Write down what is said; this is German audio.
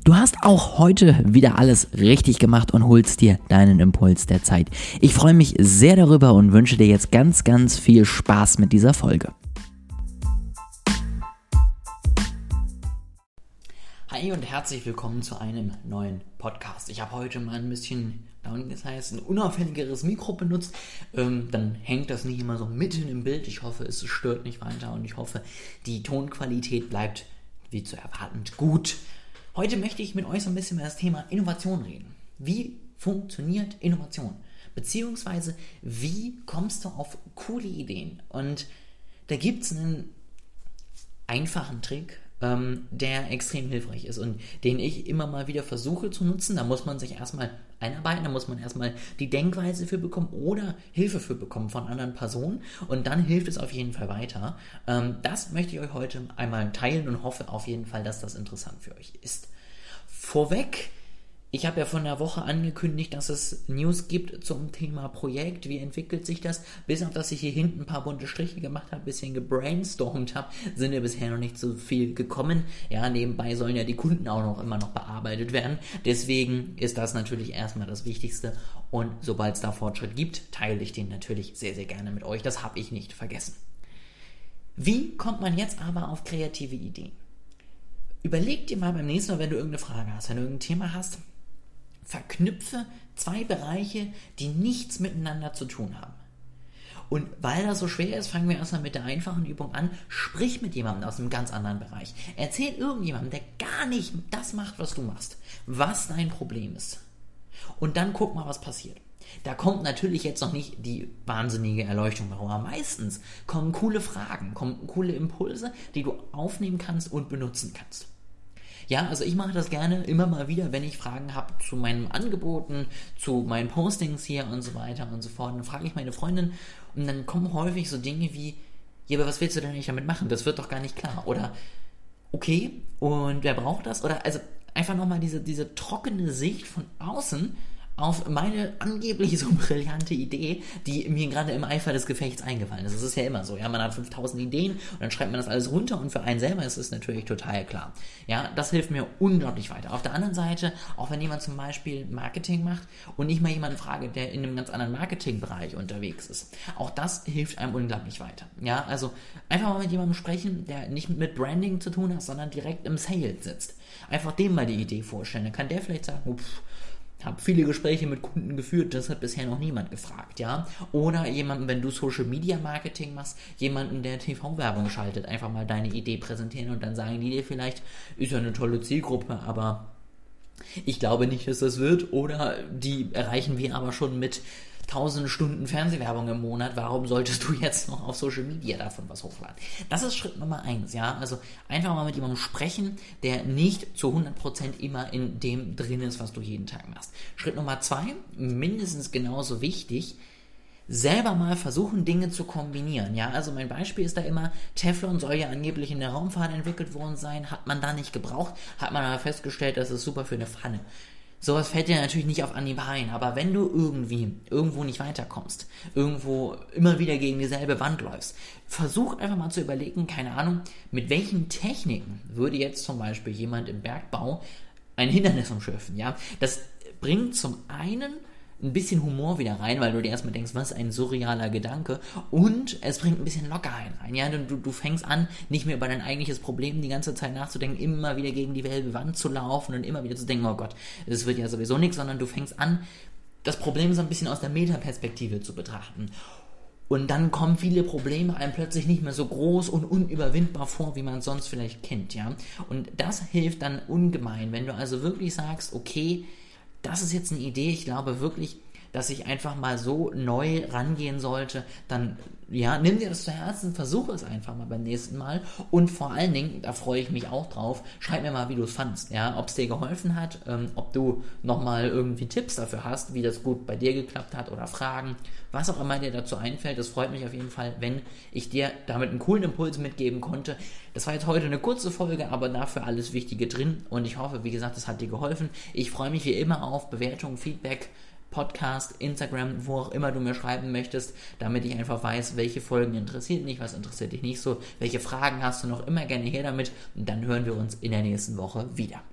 Du hast auch heute wieder alles richtig gemacht und holst dir deinen Impuls der Zeit. Ich freue mich sehr darüber und wünsche dir jetzt ganz, ganz viel Spaß mit dieser Folge. Hi und herzlich willkommen zu einem neuen Podcast. Ich habe heute mal ein bisschen, das heißt, ein unauffälligeres Mikro benutzt. Dann hängt das nicht immer so mitten im Bild. Ich hoffe, es stört nicht weiter und ich hoffe, die Tonqualität bleibt, wie zu erwarten, gut. Heute möchte ich mit euch so ein bisschen über das Thema Innovation reden. Wie funktioniert Innovation? Beziehungsweise, wie kommst du auf coole Ideen? Und da gibt es einen einfachen Trick, der extrem hilfreich ist und den ich immer mal wieder versuche zu nutzen. Da muss man sich erstmal einarbeiten, da muss man erstmal die Denkweise für bekommen oder Hilfe für bekommen von anderen Personen und dann hilft es auf jeden Fall weiter. Das möchte ich euch heute einmal teilen und hoffe auf jeden Fall, dass das interessant für euch ist. Vorweg, ich habe ja vor einer Woche angekündigt, dass es News gibt zum Thema Projekt. Wie entwickelt sich das? Bis auf, dass ich hier hinten ein paar bunte Striche gemacht habe, ein bisschen gebrainstormt habe, sind ja bisher noch nicht so viel gekommen. Ja, nebenbei sollen ja die Kunden auch noch immer noch bearbeitet werden. Deswegen ist das natürlich erstmal das Wichtigste. Und sobald es da Fortschritt gibt, teile ich den natürlich sehr, sehr gerne mit euch. Das habe ich nicht vergessen. Wie kommt man jetzt aber auf kreative Ideen? Überleg dir mal beim nächsten Mal, wenn du irgendeine Frage hast, wenn du irgendein Thema hast, verknüpfe zwei Bereiche, die nichts miteinander zu tun haben. Und weil das so schwer ist, fangen wir erstmal mit der einfachen Übung an. Sprich mit jemandem aus einem ganz anderen Bereich. Erzähl irgendjemandem, der gar nicht das macht, was du machst, was dein Problem ist. Und dann guck mal, was passiert. Da kommt natürlich jetzt noch nicht die wahnsinnige Erleuchtung, aber meistens kommen coole Fragen, kommen coole Impulse, die du aufnehmen kannst und benutzen kannst. Ja, also ich mache das gerne immer mal wieder, wenn ich Fragen habe zu meinen Angeboten, zu meinen Postings hier und so weiter und so fort. Dann frage ich meine Freundin und dann kommen häufig so Dinge wie, ja, aber was willst du denn eigentlich damit machen? Das wird doch gar nicht klar. Oder, okay, und wer braucht das? Oder, also einfach nochmal diese trockene Sicht von außen auf meine angeblich so brillante Idee, die mir gerade im Eifer des Gefechts eingefallen ist. Das ist ja immer so, ja, man hat 5000 Ideen und dann schreibt man das alles runter und für einen selber ist es natürlich total klar. Ja, das hilft mir unglaublich weiter. Auf der anderen Seite, auch wenn jemand zum Beispiel Marketing macht und ich mal jemanden frage, der in einem ganz anderen Marketingbereich unterwegs ist, auch das hilft einem unglaublich weiter. Ja, also einfach mal mit jemandem sprechen, der nicht mit Branding zu tun hat, sondern direkt im Sales sitzt. Einfach dem mal die Idee vorstellen. Dann kann der vielleicht sagen, habe viele Gespräche mit Kunden geführt, das hat bisher noch niemand gefragt, ja. Oder jemanden, wenn du Social Media Marketing machst, jemanden, der TV-Werbung schaltet, einfach mal deine Idee präsentieren und dann sagen die dir vielleicht, ist ja eine tolle Zielgruppe, aber ich glaube nicht, dass das wird. Oder die erreichen wir aber schon mit 1000 Stunden Fernsehwerbung im Monat, warum solltest du jetzt noch auf Social Media davon was hochladen? Das ist Schritt Nummer 1, ja, also einfach mal mit jemandem sprechen, der nicht zu 100% immer in dem drin ist, was du jeden Tag machst. Schritt Nummer 2, mindestens genauso wichtig, selber mal versuchen, Dinge zu kombinieren, ja, also mein Beispiel ist da immer, Teflon soll ja angeblich in der Raumfahrt entwickelt worden sein, hat man da nicht gebraucht, hat man aber festgestellt, das ist super für eine Pfanne. Sowas fällt dir natürlich nicht auf Anhieb ein, aber wenn du irgendwo nicht weiterkommst, irgendwo immer wieder gegen dieselbe Wand läufst, versuch einfach mal zu überlegen, keine Ahnung, mit welchen Techniken würde jetzt zum Beispiel jemand im Bergbau ein Hindernis umschiffen, ja? Das bringt zum einen ein bisschen Humor wieder rein, weil du dir erstmal denkst, was ein surrealer Gedanke, und es bringt ein bisschen Lockerheit rein, ja, du fängst an, nicht mehr über dein eigentliches Problem die ganze Zeit nachzudenken, immer wieder gegen die selbe Wand zu laufen und immer wieder zu denken, oh Gott, das wird ja sowieso nichts, sondern du fängst an, das Problem so ein bisschen aus der Metaperspektive zu betrachten. Und dann kommen viele Probleme einem plötzlich nicht mehr so groß und unüberwindbar vor, wie man es sonst vielleicht kennt, ja. Und das hilft dann ungemein, wenn du also wirklich sagst, okay, das ist jetzt eine Idee, ich glaube wirklich, dass ich einfach mal so neu rangehen sollte, dann, ja, nimm dir das zu Herzen, versuche es einfach mal beim nächsten Mal und vor allen Dingen, da freue ich mich auch drauf, schreib mir mal, wie du es fandst, ja, ob es dir geholfen hat, ob du nochmal irgendwie Tipps dafür hast, wie das gut bei dir geklappt hat oder Fragen, was auch immer dir dazu einfällt. Das freut mich auf jeden Fall, wenn ich dir damit einen coolen Impuls mitgeben konnte. Das war jetzt heute eine kurze Folge, aber dafür alles Wichtige drin und ich hoffe, wie gesagt, das hat dir geholfen. Ich freue mich wie immer auf Bewertungen, Feedback, Podcast, Instagram, wo auch immer du mir schreiben möchtest, damit ich einfach weiß, welche Folgen interessiert dich, was interessiert dich nicht so, welche Fragen hast du noch, immer gerne her damit und dann hören wir uns in der nächsten Woche wieder.